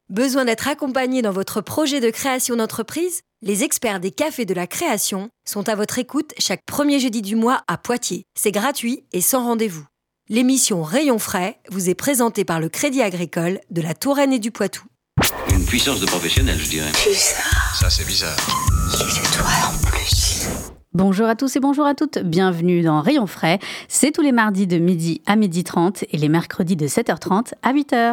Besoin d'être accompagné dans votre projet de création d'entreprise ? Les experts des cafés de la création sont à votre écoute chaque premier jeudi du mois à Poitiers. C'est gratuit et sans rendez-vous. L'émission Rayon Frais vous est présentée par le Crédit Agricole de la Touraine et du Poitou. Une puissance de professionnel, je dirais. Bizarre. Ça, c'est bizarre. C'est toi en plus. Bonjour à tous et bonjour à toutes, bienvenue dans Rayon Frais. C'est tous les mardis de midi à 12h30 et les mercredis de 7h30 à 8h.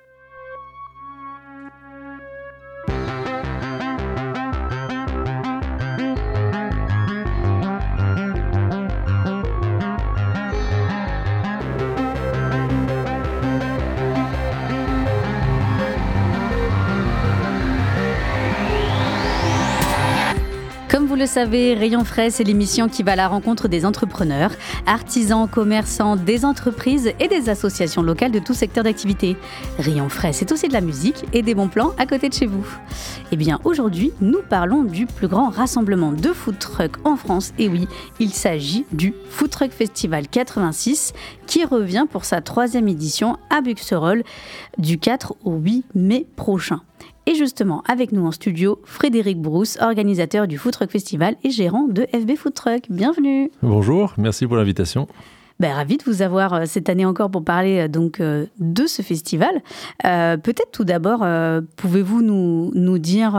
Comme vous le savez, Rayon Frais, c'est l'émission qui va à la rencontre des entrepreneurs, artisans, commerçants, des entreprises et des associations locales de tout secteur d'activité. Rayon Frais, c'est aussi de la musique et des bons plans à côté de chez vous. Eh bien, aujourd'hui, nous parlons du plus grand rassemblement de food trucks en France. Et oui, il s'agit du Food Truck Festival 86 qui revient pour sa 3e édition à Buxerolles du 4 au 8 mai prochain. Et justement, avec nous en studio, Frédéric Brousse, organisateur du Food Truck Festival et gérant de FB Food Truck. Bienvenue. Bonjour, merci pour l'invitation. Ravi de vous avoir cette année encore pour parler de ce festival. Peut-être tout d'abord, pouvez-vous nous dire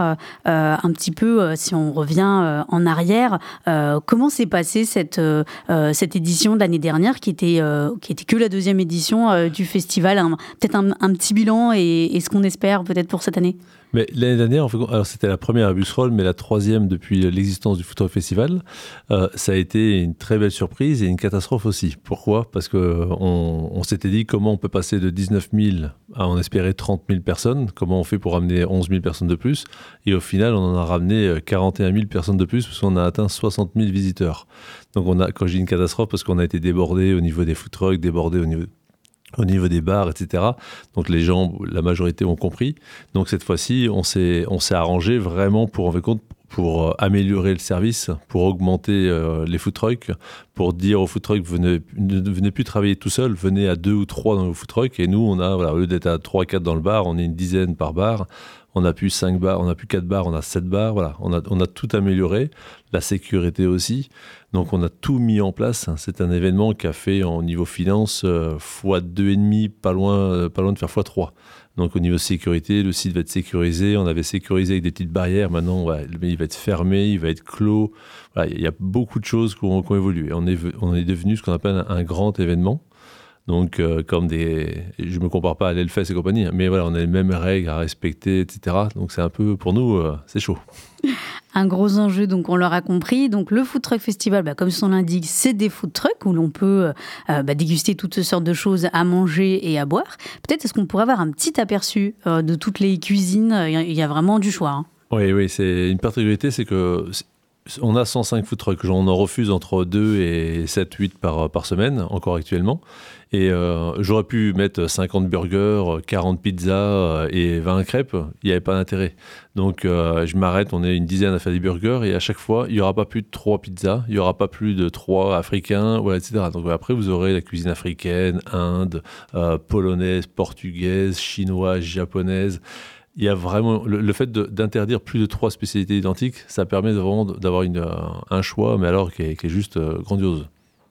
un petit peu, si on revient en arrière, comment s'est passée cette édition de l'année dernière qui était que la 2e édition du festival, peut-être un petit bilan et ce qu'on espère peut-être pour cette année. Mais l'année dernière, alors c'était la première à Buxerolles, mais la 3e depuis l'existence du Food Truck Festival. Ça a été une très belle surprise et une catastrophe aussi. Pourquoi ? Parce qu'on s'était dit comment on peut passer de 19 000 à en espérer 30 000 personnes. Comment on fait pour ramener 11 000 personnes de plus ? Et au final, on en a ramené 41 000 personnes de plus parce qu'on a atteint 60 000 visiteurs. Donc quand je dis une catastrophe, parce qu'on a été débordé au niveau des food trucks, débordé au niveau des bars, etc. Donc les gens, la majorité ont compris. Donc cette fois-ci, on s'est arrangé vraiment pour améliorer le service, pour augmenter les food trucks, pour dire aux food trucks, ne venez plus travailler tout seul, venez à 2 ou 3 dans le food truck. Et nous, au lieu d'être à 3 4 dans le bar, on est une dizaine par bar. On n'a plus 5 bars, on n'a plus 4 bars, on a 7 bars. Voilà, on a tout amélioré, la sécurité aussi. Donc on a tout mis en place. C'est un événement qui a fait en niveau finance fois 2,5, pas loin de faire fois 3. Donc au niveau sécurité, le site va être sécurisé. On avait sécurisé avec des petites barrières. Maintenant, il va être fermé, il va être clos. Voilà, il y a beaucoup de choses qui ont évolué. On est devenu ce qu'on appelle un grand événement. Donc, je me compare pas à l'Hellfest et compagnie, mais voilà, on a les mêmes règles à respecter, etc. Donc, c'est un peu, pour nous, c'est chaud. Un gros enjeu, donc on l'aura compris. Donc le Food Truck Festival, comme son l'indique, c'est des food trucks où l'on peut déguster toutes sortes de choses à manger et à boire. Peut-être est-ce qu'on pourrait avoir un petit aperçu de toutes les cuisines ? Il y a vraiment du choix. Hein. Oui, c'est une particularité, c'est que on a 105 food trucks. On en refuse entre 2 et 7, 8 par semaine, encore actuellement. Et j'aurais pu mettre 50 burgers, 40 pizzas et 20 crêpes. Il n'y avait pas d'intérêt. Donc, je m'arrête. On est une dizaine à faire des burgers. Et à chaque fois, il n'y aura pas plus de 3 pizzas. Il n'y aura pas plus de 3 africains, etc. Donc, après, vous aurez la cuisine africaine, Inde, polonaise, portugaise, chinoise, japonaise. Il y a vraiment le fait d'interdire plus de 3 spécialités identiques, ça permet vraiment d'avoir un choix, mais alors qui est juste grandiose.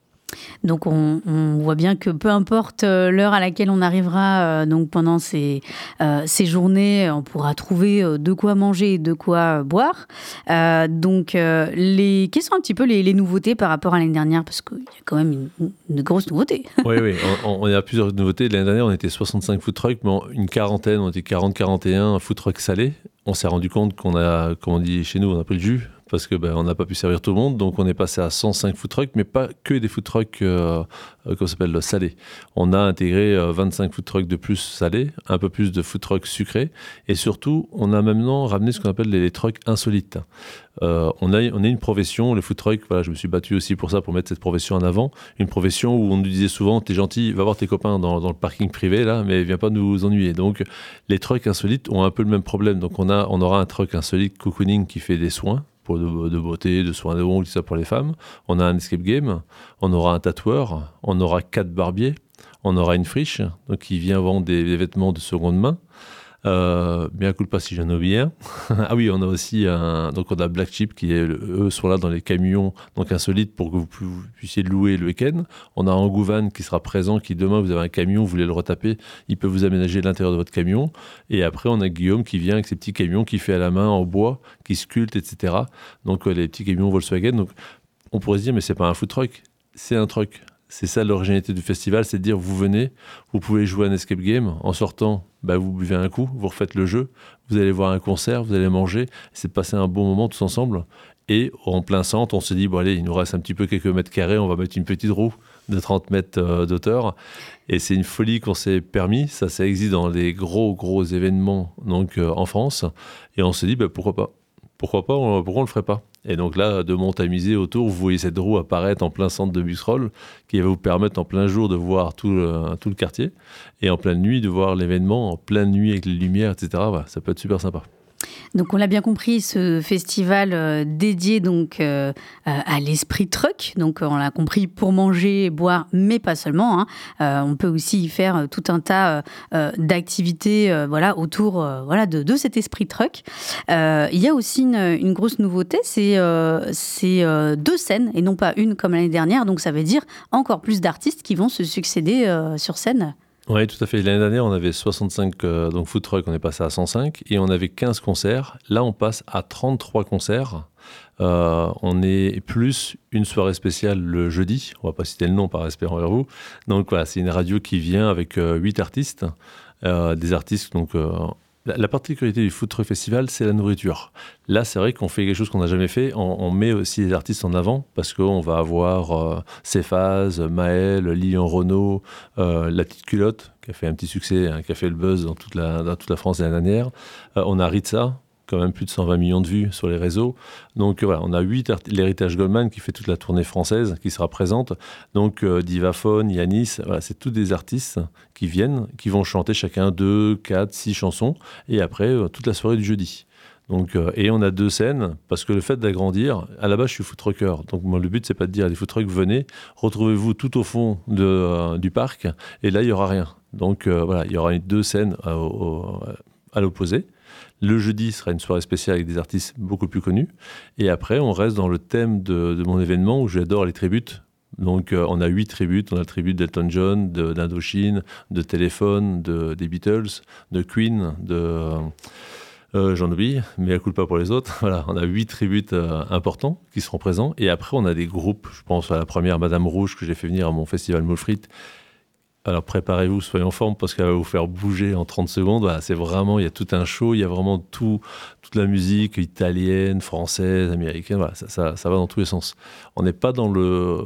Donc on voit bien que peu importe l'heure à laquelle on arrivera donc pendant ces journées, on pourra trouver de quoi manger et de quoi boire. Donc quelles sont un petit peu les nouveautés par rapport à l'année dernière ? Parce qu'il y a quand même une grosse nouveauté. Oui, on a plusieurs nouveautés. L'année dernière, on était 65 food trucks, mais une quarantaine, on était 40-41 food trucks salés. On s'est rendu compte qu'on a, comme on dit chez nous, on a pris le jus. Parce qu'on n'a pas pu servir tout le monde, donc on est passé à 105 food trucks, mais pas que des food trucks qu'on s'appelle salés. On a intégré 25 food trucks de plus salés, un peu plus de food trucks sucrés, et surtout, on a maintenant ramené ce qu'on appelle les trucks insolites. On a une profession, les food trucks, voilà, je me suis battu aussi pour ça, pour mettre cette profession en avant, une profession où on nous disait souvent, t'es gentil, va voir tes copains dans le parking privé, là, mais viens pas nous ennuyer. Donc, les trucks insolites ont un peu le même problème. Donc, on aura un truck insolite cocooning qui fait des soins, de beauté, de soins de ongles, tout ça pour les femmes. On a un escape game, on aura un tatoueur, on aura 4 barbiers, on aura une friche donc qui vient vendre des vêtements de seconde main. Bien culpa si j'en oublie un. Ah oui, on a aussi donc on a Black Sheep eux sont là dans les camions, donc insolites pour que vous puissiez louer le week-end. On a Angouvan qui sera présent, qui demain vous avez un camion, vous voulez le retaper, il peut vous aménager l'intérieur de votre camion. Et après on a Guillaume qui vient avec ses petits camions qui fait à la main en bois, qui sculpte, etc. Donc les petits camions Volkswagen. Donc on pourrait se dire mais c'est pas un food truck, c'est un truck. C'est ça l'originalité du festival, c'est de dire vous venez, vous pouvez jouer à un escape game, en sortant, vous buvez un coup, vous refaites le jeu, vous allez voir un concert, vous allez manger, c'est de passer un bon moment tous ensemble. Et en plein centre, on se dit, bon allez, il nous reste un petit peu quelques mètres carrés, on va mettre une petite roue de 30 mètres d'auteur. Et c'est une folie qu'on s'est permis, ça existe dans les gros événements donc, en France. Et on se dit, pourquoi pas ? Pourquoi on ne le ferait pas ? Et donc là, de Montamiser autour, vous voyez cette roue apparaître en plein centre de Buxroll, qui va vous permettre en plein jour de voir tout le quartier, et en pleine nuit de voir l'événement, en pleine nuit avec les lumières, etc. Voilà, ça peut être super sympa. Donc on l'a bien compris, ce festival dédié donc à l'esprit truck, donc on l'a compris pour manger, boire, mais pas seulement. On peut aussi y faire tout un tas d'activités autour de cet esprit truck. Il y a aussi une grosse nouveauté, c'est 2 scènes et non pas une comme l'année dernière, donc ça veut dire encore plus d'artistes qui vont se succéder sur scène. Oui, tout à fait. L'année dernière, on avait 65 food truck, on est passé à 105 et on avait 15 concerts. Là, on passe à 33 concerts. On est plus une soirée spéciale le jeudi. On ne va pas citer le nom par respect envers vous. Donc voilà, c'est une radio qui vient avec 8 artistes. Des artistes, donc... La particularité du Food Truck Festival, c'est la nourriture. Là, c'est vrai qu'on fait quelque chose qu'on n'a jamais fait. On met aussi les artistes en avant parce qu'on va avoir Cephas, Maël, Lilian Renaud, La Petite Culotte, qui a fait un petit succès, qui a fait le buzz dans toute la France l'année dernière. On a Ritza, quand même plus de 120 millions de vues sur les réseaux. Donc voilà, on a 8 l'héritage Goldman qui fait toute la tournée française, qui sera présente. Donc Divaphone, Yanis, voilà, c'est tous des artistes qui viennent, qui vont chanter chacun 2, 4, 6 chansons, et après toute la soirée du jeudi. Donc, et on a 2 scènes, parce que le fait d'agrandir, à la base je suis food trucker, donc moi, le but c'est pas de dire à des food trucks venez, retrouvez-vous tout au fond du parc, et là il n'y aura rien. Donc voilà, il y aura 2 scènes à l'opposé. Le jeudi sera une soirée spéciale avec des artistes beaucoup plus connus. Et après, on reste dans le thème de mon événement où j'adore les tributes. Donc, on a 8 tributes. On a le tribut d'Elton John, d'Indochine, de Téléphone, des Beatles, de Queen, j'en oublie, mais à coup pas pour les autres. Voilà, on a 8 tributes importants qui seront présents. Et après, on a des groupes. Je pense à la première, Madame Rouge, que j'ai fait venir à mon festival Moule Frites. Alors préparez-vous, soyez en forme parce qu'elle va vous faire bouger en 30 secondes. Voilà, c'est vraiment, il y a tout un show, il y a vraiment toute la musique italienne, française, américaine. Voilà, ça va dans tous les sens. On n'est pas dans le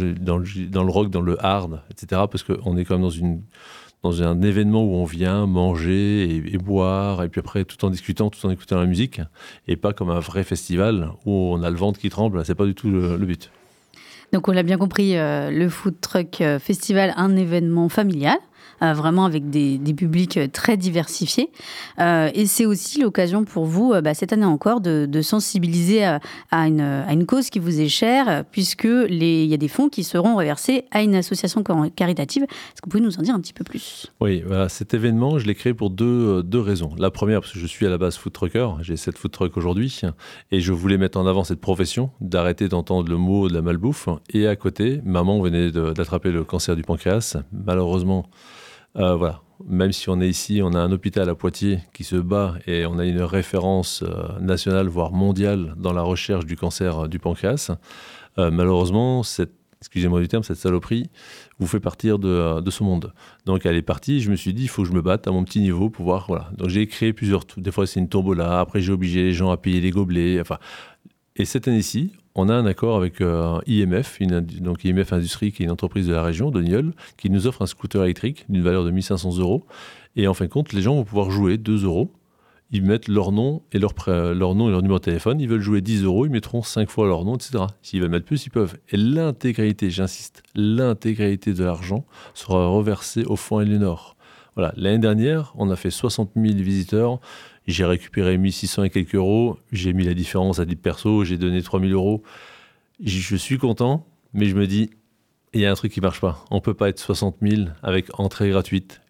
rock, dans le hard, etc. Parce qu'on est quand même dans un événement où on vient manger et boire, et puis après tout en discutant, tout en écoutant la musique, et pas comme un vrai festival où on a le ventre qui tremble. C'est pas du tout le but. Donc on l'a bien compris, le Food Truck Festival, un événement familial, vraiment avec des publics très diversifiés. Et c'est aussi l'occasion pour vous, cette année encore, de sensibiliser à une cause qui vous est chère, puisque il y a des fonds qui seront reversés à une association caritative. Est-ce que vous pouvez nous en dire un petit peu plus ? Oui, voilà, cet événement, je l'ai créé pour deux raisons. La première, parce que je suis à la base food trucker, j'ai 7 food trucks aujourd'hui, et je voulais mettre en avant cette profession, d'arrêter d'entendre le mot de la malbouffe. Et à côté, maman venait d'attraper le cancer du pancréas. Malheureusement, voilà. Même si on est ici, on a un hôpital à Poitiers qui se bat et on a une référence nationale, voire mondiale, dans la recherche du cancer du pancréas. Malheureusement, excusez-moi du terme, cette saloperie vous fait partir de ce monde. Donc elle est partie, je me suis dit, il faut que je me batte à mon petit niveau pour pouvoir... Voilà. Donc j'ai créé plusieurs... Des fois c'est une tombola, après j'ai obligé les gens à payer les gobelets. Enfin... Et cette année-ci, on a un accord avec IMF, donc IMF Industrie, qui est une entreprise de la région, de Nieul, qui nous offre un scooter électrique d'une valeur de 1 500 €. Et en fin de compte, les gens vont pouvoir jouer 2 €. Ils mettent leur nom et leur numéro de téléphone. Ils veulent jouer 10 €, ils mettront 5 fois leur nom, etc. S'ils veulent mettre plus, ils peuvent. Et l'intégralité, j'insiste, l'intégralité de l'argent sera reversée au Fonds Eléonore. Voilà. L'année dernière, on a fait 60 000 visiteurs. J'ai récupéré 1 600 et quelques €. J'ai mis la différence à titre perso. J'ai donné 3 000 €. Je suis content, mais je me dis, il y a un truc qui ne marche pas. On ne peut pas être 60 000 avec entrée gratuite,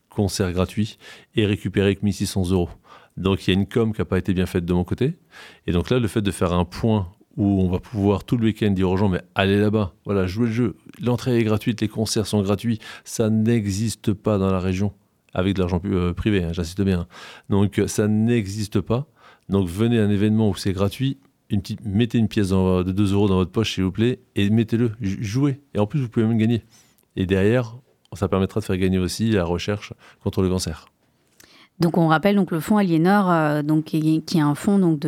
concert gratuit et récupérer que 1 600 €. Donc il y a une com qui n'a pas été bien faite de mon côté. Et donc là, le fait de faire un point où on va pouvoir tout le week-end dire aux gens, mais allez là-bas, voilà, jouez le jeu, l'entrée est gratuite, les concerts sont gratuits, ça n'existe pas dans la région, avec de l'argent privé, hein, j'insiste bien. Donc ça n'existe pas. Donc venez à un événement où c'est gratuit, mettez une pièce de 2 € dans votre poche, s'il vous plaît, et mettez-le, jouez. Et en plus, vous pouvez même gagner. Et derrière, ça permettra de faire gagner aussi la recherche contre le cancer. Donc on rappelle donc le fonds Aliénor, qui est un fonds donc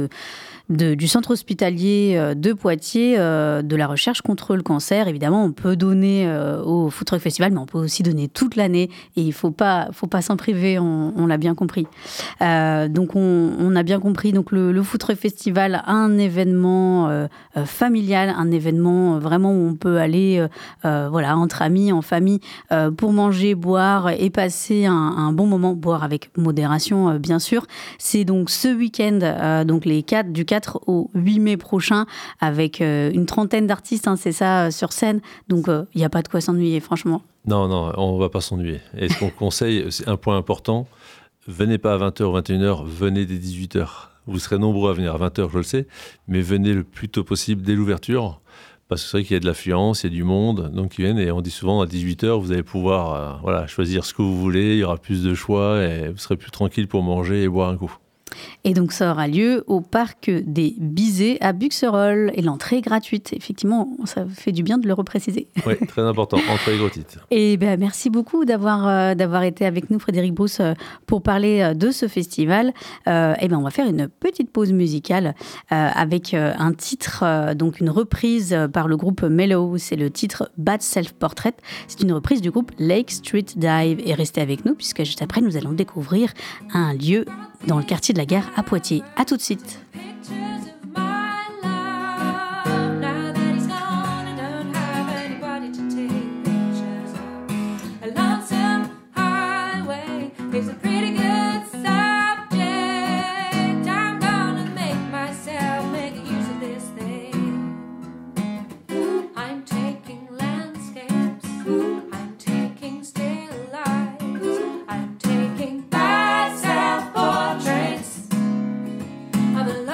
du centre hospitalier de Poitiers, de la recherche contre le cancer. Évidemment, on peut donner au Food Truck Festival, mais on peut aussi donner toute l'année. Et il faut pas s'en priver, on l'a bien compris. Donc on a bien compris. Donc le Food Truck Festival, un événement familial, un événement vraiment où on peut aller, entre amis, en famille, pour manger, boire et passer un bon moment, boire avec modération, bien sûr. C'est donc ce week-end, donc du 4 au 8 mai prochain, avec une trentaine d'artistes, hein, c'est ça, sur scène. Donc, il n'y a pas de quoi s'ennuyer, franchement. Non, on ne va pas s'ennuyer. Et ce qu'on conseille, c'est un point important, venez pas à 20h ou 21h, venez dès 18h. Vous serez nombreux à venir à 20h, je le sais, mais venez le plus tôt possible dès l'ouverture, parce que c'est vrai qu'il y a de l'affluence, il y a du monde, donc ils viennent, et on dit souvent à 18h, vous allez pouvoir choisir ce que vous voulez, il y aura plus de choix, et vous serez plus tranquille pour manger et boire un coup. Et donc, ça aura lieu au parc des Bizets à Buxerolles. Et l'entrée est gratuite. Effectivement, ça fait du bien de le repréciser. Oui, très important. Entrée gratuite. Et merci beaucoup d'avoir été avec nous, Frédéric Brousse, pour parler de ce festival. On va faire une petite pause musicale avec un titre, donc une reprise par le groupe Mellow. C'est le titre Bad Self Portrait. C'est une reprise du groupe Lake Street Dive. Et restez avec nous, puisque juste après, nous allons découvrir un lieu dans le quartier de la Gare à Poitiers. À tout de suite. Of a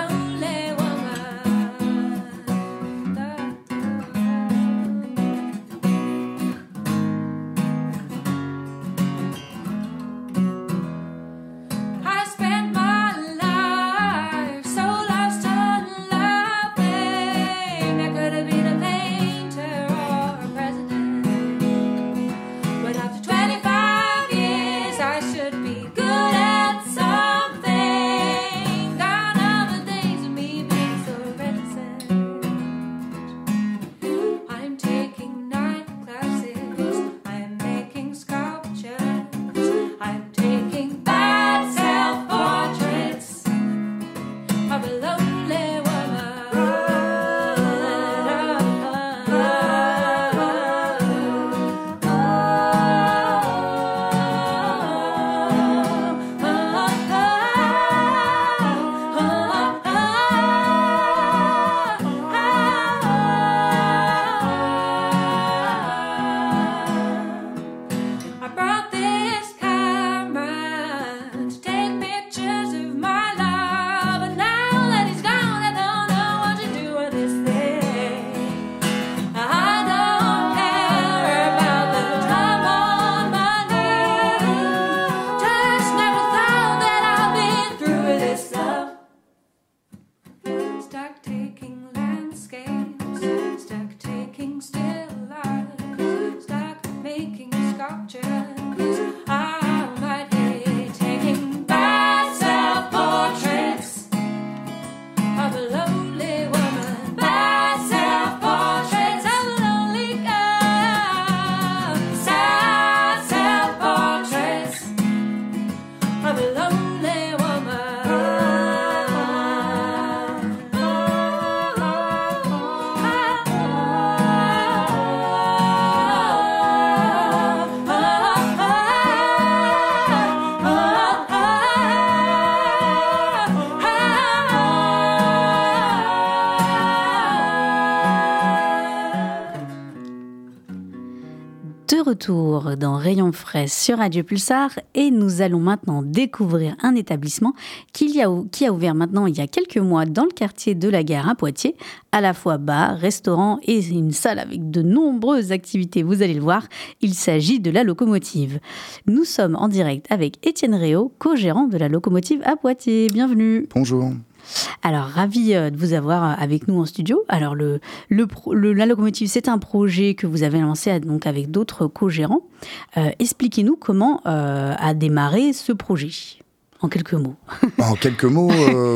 retour dans Rayon Frais sur Radio Pulsar et nous allons maintenant découvrir un établissement qui a ouvert maintenant il y a quelques mois dans le quartier de la Gare à Poitiers, à la fois bar, restaurant et une salle avec de nombreuses activités. Vous allez le voir, il s'agit de la Locomotive. Nous sommes en direct avec Étienne Réau, co-gérant de la Locomotive à Poitiers. Bienvenue. Bonjour. Alors, ravi de vous avoir avec nous en studio. Alors, la Locomotive, c'est un projet que vous avez lancé donc, avec d'autres co-gérants. Expliquez-nous comment a démarré ce projet, en quelques mots. En quelques mots,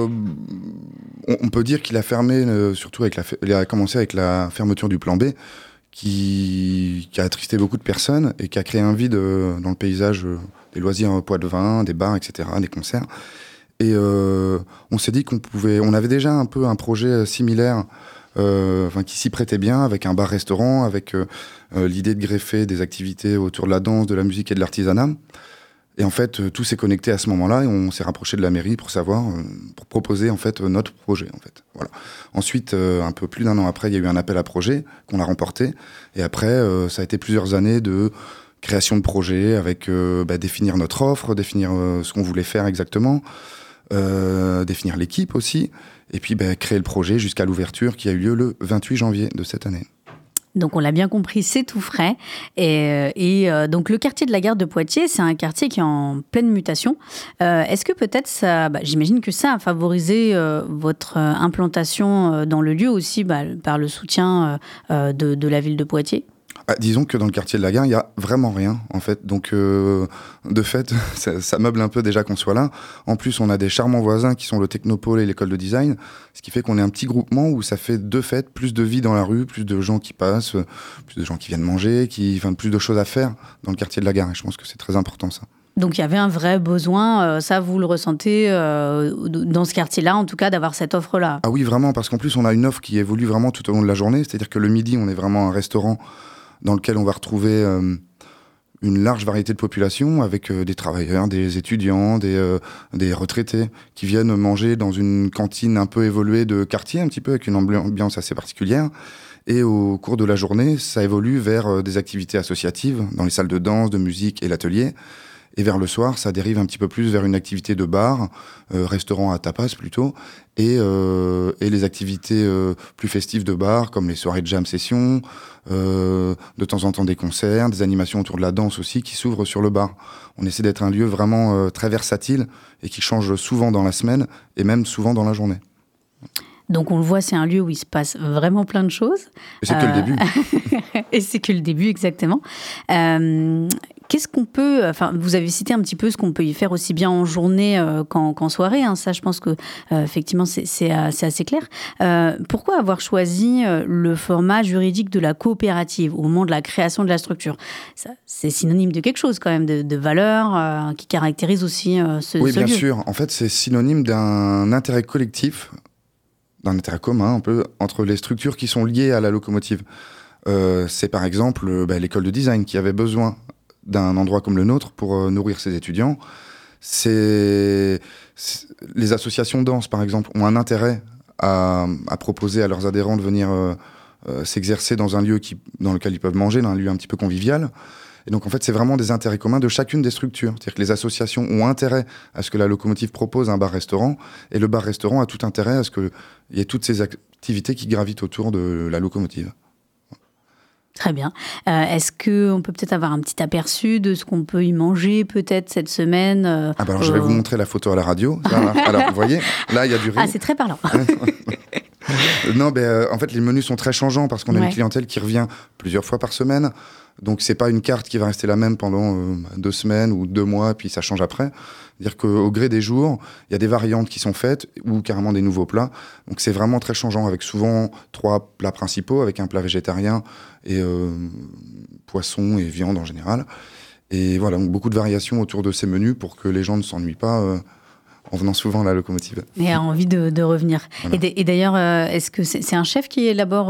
on peut dire qu'il a fermé, surtout il a commencé avec la fermeture du plan B, qui a attristé beaucoup de personnes et qui a créé un vide dans le paysage des loisirs poids-de-vin, des bars, etc., des concerts. Et on s'est dit on avait déjà un peu un projet similaire, qui s'y prêtait bien, avec un bar-restaurant, avec l'idée de greffer des activités autour de la danse, de la musique et de l'artisanat. Et en fait, tout s'est connecté à ce moment-là et on s'est rapproché de la mairie pour proposer en fait notre projet. En fait. Voilà. Ensuite, un peu plus d'1 an après, il y a eu un appel à projet qu'on a remporté. Et après, ça a été plusieurs années de création de projet avec définir notre offre, définir ce qu'on voulait faire exactement. Définir l'équipe aussi, et puis créer le projet jusqu'à l'ouverture qui a eu lieu le 28 janvier de cette année. Donc on l'a bien compris, c'est tout frais. Et donc le quartier de la Gare de Poitiers, c'est un quartier qui est en pleine mutation. Est-ce que peut-être ça, j'imagine que ça a favorisé votre implantation dans le lieu aussi par le soutien de la ville de Poitiers ? Disons que dans le quartier de la Gare, il n'y a vraiment rien, en fait. Donc, de fait, ça meuble un peu déjà qu'on soit là. En plus, on a des charmants voisins qui sont le Technopôle et l'école de design, ce qui fait qu'on est un petit groupement où ça fait de fait plus de vie dans la rue, plus de gens qui passent, plus de gens qui viennent manger, plus de choses à faire dans le quartier de la Gare. Et je pense que c'est très important, ça. Donc, il y avait un vrai besoin, ça vous le ressentez dans ce quartier-là, en tout cas, d'avoir cette offre-là. Ah oui, vraiment, parce qu'en plus, on a une offre qui évolue vraiment tout au long de la journée. C'est-à-dire que le midi, on est vraiment un restaurant dans lequel on va retrouver une large variété de populations avec des travailleurs, des étudiants, des retraités qui viennent manger dans une cantine un peu évoluée de quartier, un petit peu avec une ambiance assez particulière. Et au cours de la journée, ça évolue vers des activités associatives dans les salles de danse, de musique et l'atelier. Et vers le soir, ça dérive un petit peu plus vers une activité de bar, restaurant à tapas plutôt, et les activités plus festives de bar, comme les soirées de jam session, de temps en temps des concerts, des animations autour de la danse aussi, qui s'ouvrent sur le bar. On essaie d'être un lieu vraiment très versatile et qui change souvent dans la semaine et même souvent dans la journée. Donc on le voit, c'est un lieu où il se passe vraiment plein de choses. Et c'est que le début. Et c'est que le début, exactement. Qu'est-ce qu'on peut... vous avez cité un petit peu ce qu'on peut y faire aussi bien en journée qu'en soirée. Hein. Ça, je pense que effectivement, c'est assez clair. Pourquoi avoir choisi le format juridique de la coopérative au moment de la création de la structure ? Ça, c'est synonyme de quelque chose quand même, de valeur qui caractérise aussi ce lieu. Oui, bien sûr. En fait, c'est synonyme d'un intérêt collectif, d'un intérêt commun un peu entre les structures qui sont liées à la Locomotive. C'est par exemple l'école de design qui avait besoin d'un endroit comme le nôtre pour nourrir ses étudiants. Les associations danse, par exemple, ont un intérêt à proposer à leurs adhérents de venir s'exercer dans un lieu dans lequel ils peuvent manger, dans un lieu un petit peu convivial. Et donc, en fait, c'est vraiment des intérêts communs de chacune des structures. C'est-à-dire que les associations ont intérêt à ce que la Locomotive propose un bar-restaurant, et le bar-restaurant a tout intérêt à ce qu'il y ait toutes ces activités qui gravitent autour de la Locomotive. Très bien. Est-ce qu'on peut peut-être avoir un petit aperçu de ce qu'on peut y manger peut-être cette semaine alors, je vais vous montrer la photo à la radio. Alors, vous voyez, là, il y a du riz. Ah, c'est très parlant. Non, en fait, les menus sont très changeants parce qu'on a une clientèle qui revient plusieurs fois par semaine. Donc, c'est pas une carte qui va rester la même pendant 2 semaines ou 2 mois, puis ça change après. C'est-à-dire qu'au gré des jours, il y a des variantes qui sont faites ou carrément des nouveaux plats. Donc, c'est vraiment très changeant avec souvent 3 plats principaux, avec un plat végétarien et poisson et viande en général. Et voilà, donc beaucoup de variations autour de ces menus pour que les gens ne s'ennuient pas en venant souvent à la Locomotive. Et a envie de revenir. Voilà. Et d'ailleurs, est-ce que c'est un chef qui élabore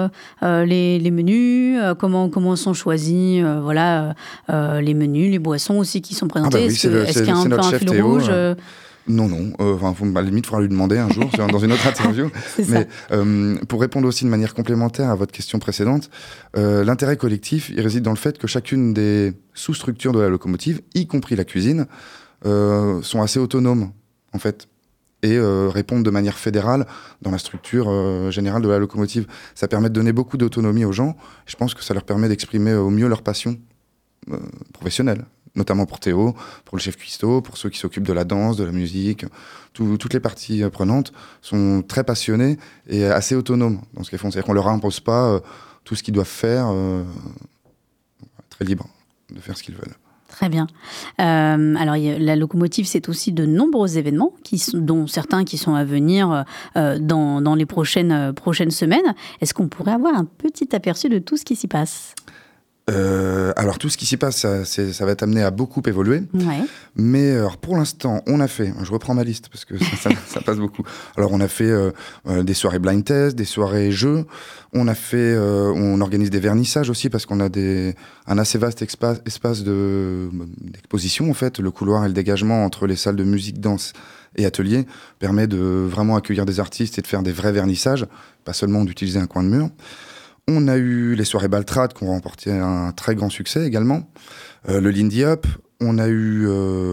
les menus comment sont choisis les menus, les boissons aussi qui sont présentées? Oui, est-ce qu'il y a un peu un fil rouge Non. À la limite, il faudra lui demander un jour dans une autre interview. Mais pour répondre aussi de manière complémentaire à votre question précédente, l'intérêt collectif, il réside dans le fait que chacune des sous-structures de la locomotive, y compris la cuisine, sont assez autonomes, en fait, et répondent de manière fédérale dans la structure générale de la locomotive. Ça permet de donner beaucoup d'autonomie aux gens. Je pense que ça leur permet d'exprimer au mieux leur passion professionnelle, notamment pour Théo, pour le chef cuistot, pour ceux qui s'occupent de la danse, de la musique. Toutes les parties prenantes sont très passionnées et assez autonomes dans ce qu'elles font. C'est-à-dire qu'on ne leur impose pas tout ce qu'ils doivent faire, très libres de faire ce qu'ils veulent. Très bien. Alors, la locomotive, c'est aussi de nombreux événements, dont certains qui sont à venir dans les prochaines semaines. Est-ce qu'on pourrait avoir un petit aperçu de tout ce qui s'y passe ? Alors, tout ce qui s'y passe, ça va être amené à beaucoup évoluer. Ouais. Mais alors, pour l'instant, on a fait... Je reprends ma liste parce que ça passe beaucoup. Alors, on a fait des soirées blind test, des soirées jeux. On organise des vernissages aussi parce qu'on a un assez vaste espace d'exposition, en fait. Le couloir et le dégagement entre les salles de musique, danse et atelier permet de vraiment accueillir des artistes et de faire des vrais vernissages, pas seulement d'utiliser un coin de mur. On a eu les soirées Baltrade qui ont remporté un très grand succès également. Le Lindy Hop. On a eu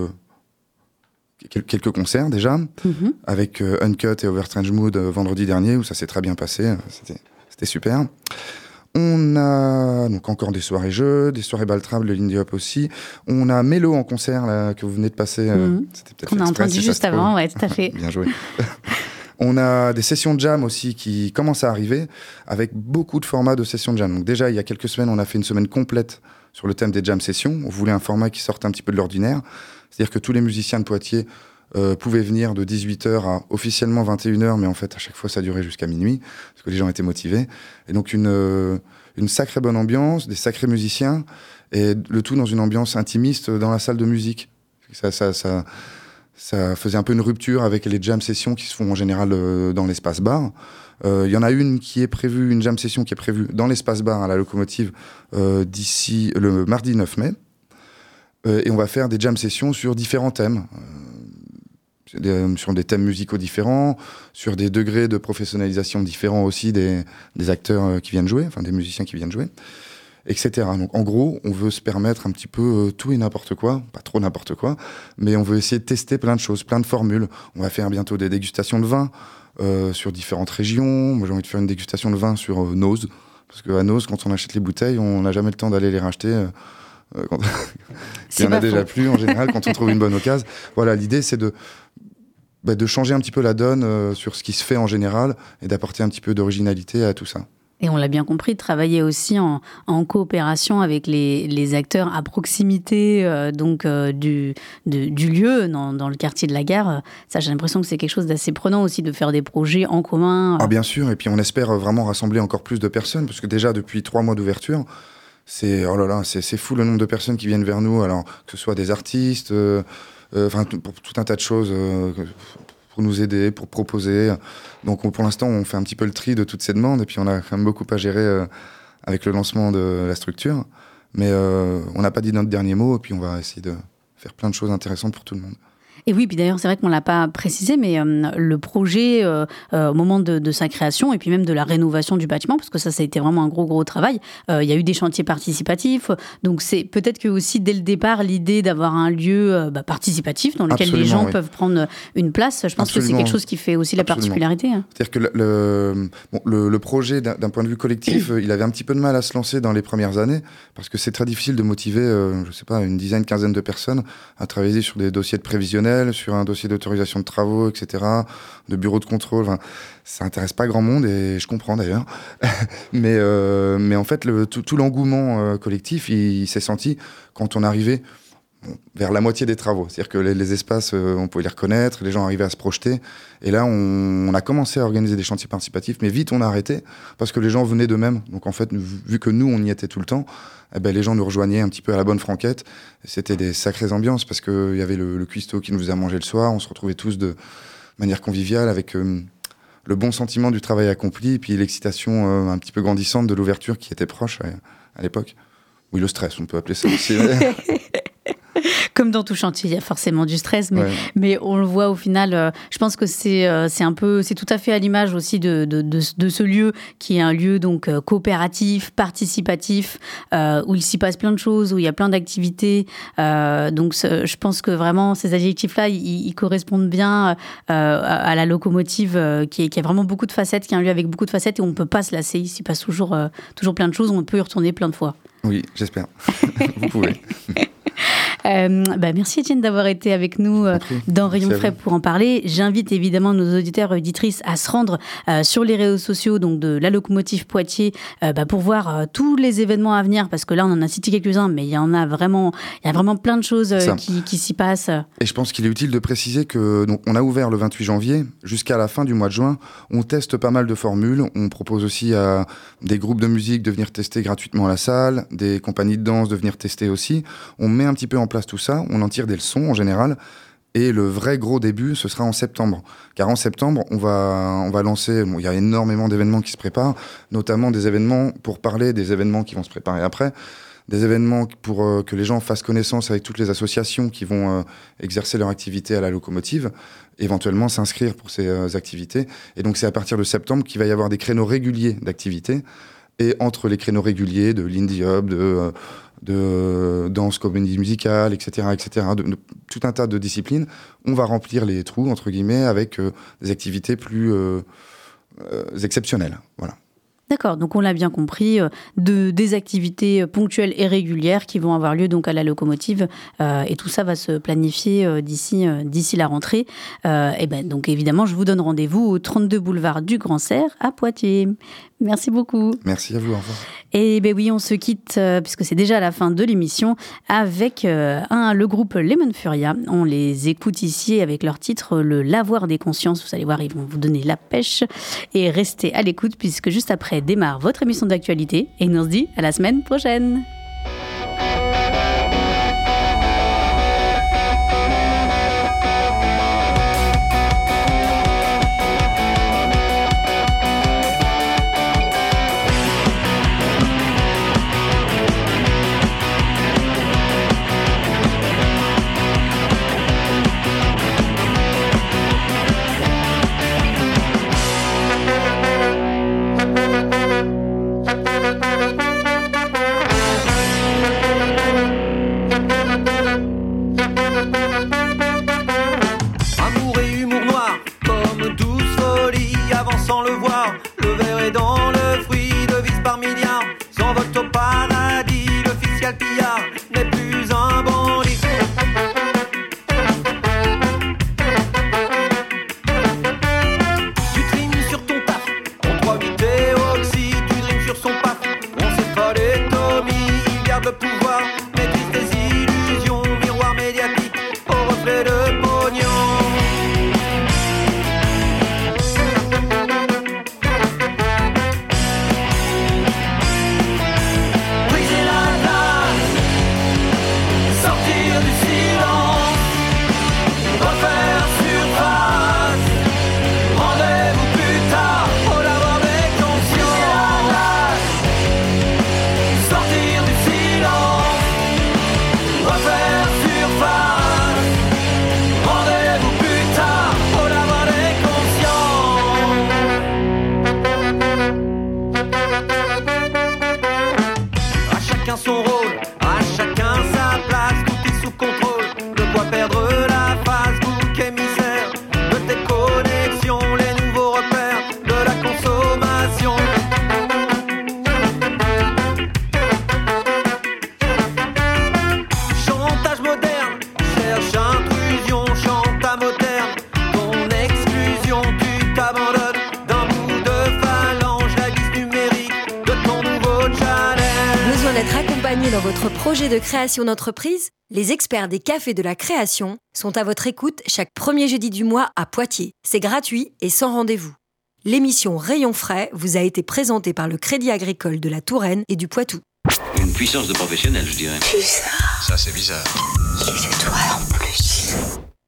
quelques concerts déjà, avec Uncut et Overstrange Mood vendredi dernier, où ça s'est très bien passé. C'était super. On a donc encore des soirées jeux, des soirées Baltrade, le Lindy Hop aussi. On a Mélo en concert là, que vous venez de passer. C'était peut-être qu'on a entendu juste avant, ouais, tout à fait. Bien joué. On a des sessions de jam aussi qui commencent à arriver, avec beaucoup de formats de sessions de jam. Donc déjà, il y a quelques semaines, on a fait une semaine complète sur le thème des jam sessions. On voulait un format qui sorte un petit peu de l'ordinaire. C'est-à-dire que tous les musiciens de Poitiers pouvaient venir de 18h à officiellement 21h, mais en fait, à chaque fois, ça durait jusqu'à minuit, parce que les gens étaient motivés. Et donc, une sacrée bonne ambiance, des sacrés musiciens, et le tout dans une ambiance intimiste dans la salle de musique. Ça faisait un peu une rupture avec les jam sessions qui se font en général dans l'espace bar. Il y en a une jam session qui est prévue dans l'espace bar à la locomotive d'ici le mardi 9 mai. Et on va faire des jam sessions sur différents thèmes. Sur des thèmes musicaux différents, sur des degrés de professionnalisation différents aussi des acteurs qui viennent jouer, enfin des musiciens qui viennent jouer, etc. Donc en gros, on veut se permettre un petit peu tout et n'importe quoi, pas trop n'importe quoi, mais on veut essayer de tester plein de choses, plein de formules. On va faire bientôt des dégustations de vin sur différentes régions. Moi j'ai envie de faire une dégustation de vin sur Nose, parce qu'à Nose, quand on achète les bouteilles, on n'a jamais le temps d'aller les racheter. Il y en a déjà plus en général quand on trouve une bonne occasion. Voilà, l'idée c'est de changer un petit peu la donne sur ce qui se fait en général et d'apporter un petit peu d'originalité à tout ça. Et on l'a bien compris, de travailler aussi en coopération avec les acteurs à proximité du lieu, dans le quartier de la gare. Ça, j'ai l'impression que c'est quelque chose d'assez prenant aussi, de faire des projets en commun. Ah, bien sûr, et puis on espère vraiment rassembler encore plus de personnes, parce que déjà depuis 3 mois d'ouverture, c'est fou le nombre de personnes qui viennent vers nous, alors que ce soit des artistes, pour tout un tas de choses, pour nous aider, pour proposer. Donc pour l'instant, on fait un petit peu le tri de toutes ces demandes, et puis on a quand même beaucoup à gérer avec le lancement de la structure. Mais on n'a pas dit notre dernier mot, et puis on va essayer de faire plein de choses intéressantes pour tout le monde. Et oui, puis d'ailleurs, c'est vrai qu'on ne l'a pas précisé, mais le projet, au moment de sa création, et puis même de la rénovation du bâtiment, parce que ça a été vraiment un gros travail, il y a eu des chantiers participatifs. Donc c'est peut-être que aussi, dès le départ, l'idée d'avoir un lieu participatif dans lequel les gens peuvent prendre une place, je pense que c'est quelque chose qui fait aussi la particularité. C'est-à-dire que le projet, d'un point de vue collectif, il avait un petit peu de mal à se lancer dans les premières années, parce que c'est très difficile de motiver, une quinzaine de personnes à travailler sur des dossiers de prévisionnels, sur un dossier d'autorisation de travaux, etc., de bureau de contrôle. Enfin, ça intéresse pas grand monde, et je comprends d'ailleurs. mais en fait, tout l'engouement collectif, il s'est senti quand on arrivait vers la moitié des travaux. C'est-à-dire que les espaces, on pouvait les reconnaître, les gens arrivaient à se projeter. Et là, on a commencé à organiser des chantiers participatifs, mais vite, on a arrêté, parce que les gens venaient d'eux-mêmes. Donc en fait, vu que nous, on y était tout le temps, les gens nous rejoignaient un petit peu à la bonne franquette. C'était des sacrées ambiances, parce qu'il y avait le cuistot qui nous faisait à manger le soir. On se retrouvait tous de manière conviviale, avec le bon sentiment du travail accompli, et puis l'excitation un petit peu grandissante de l'ouverture qui était proche à l'époque. Oui, le stress, on peut appeler ça aussi. Comme dans tout chantier, il y a forcément du stress, mais on le voit au final. Je pense que c'est tout à fait à l'image aussi de ce lieu qui est un lieu donc coopératif, participatif, où il s'y passe plein de choses, où il y a plein d'activités. Donc je pense que vraiment ces adjectifs-là, ils correspondent bien à la locomotive qui a vraiment beaucoup de facettes, qui est un lieu avec beaucoup de facettes et où on ne peut pas se lasser. Il s'y passe toujours plein de choses, on peut y retourner plein de fois. Oui, j'espère. Vous pouvez. Merci Étienne d'avoir été avec nous dans Rayon Frais pour en parler. J'invite évidemment nos auditeurs et auditrices à se rendre sur les réseaux sociaux donc de la locomotive Poitiers pour voir tous les événements à venir, parce que là on en a cité quelques-uns, mais il y a vraiment plein de choses qui s'y passent. Et je pense qu'il est utile de préciser que donc, on a ouvert le 28 janvier jusqu'à la fin du mois de juin. On teste pas mal de formules. On propose aussi à des groupes de musique de venir tester gratuitement à la salle, des compagnies de danse de venir tester aussi. On met un petit peu en place tout ça, on en tire des leçons en général, et le vrai gros début, ce sera en septembre. Car en septembre, on va lancer, il y a énormément d'événements qui se préparent, notamment des événements pour parler des événements qui vont se préparer après, des événements pour que les gens fassent connaissance avec toutes les associations qui vont exercer leur activité à la locomotive, éventuellement s'inscrire pour ces activités. Et donc c'est à partir de septembre qu'il va y avoir des créneaux réguliers d'activités, et entre les créneaux réguliers de l'Indie Hub, de danse, comédie musicale, etc., de tout un tas de disciplines, on va remplir les trous, entre guillemets, avec des activités plus exceptionnelles. Voilà. D'accord, donc on l'a bien compris, des activités ponctuelles et régulières qui vont avoir lieu donc à la locomotive, et tout ça va se planifier d'ici la rentrée. Donc évidemment, je vous donne rendez-vous au 32 boulevard du Grand Serre à Poitiers. Merci beaucoup. Merci à vous, au revoir. Et oui, on se quitte, puisque c'est déjà la fin de l'émission, avec le groupe Lemon Furia. On les écoute ici avec leur titre « Le lavoir des consciences ». Vous allez voir, ils vont vous donner la pêche. Et restez à l'écoute, puisque juste après démarre votre émission d'actualité. Et nous on se dit à la semaine prochaine. Dans votre projet de création d'entreprise, les experts des cafés de la création sont à votre écoute chaque premier jeudi du mois à Poitiers. C'est gratuit et sans rendez-vous. L'émission Rayon Frais vous a été présentée par le Crédit Agricole de la Touraine et du Poitou. Une puissance de professionnel, je dirais. Bizarre. Ça, c'est bizarre. C'est toi en plus.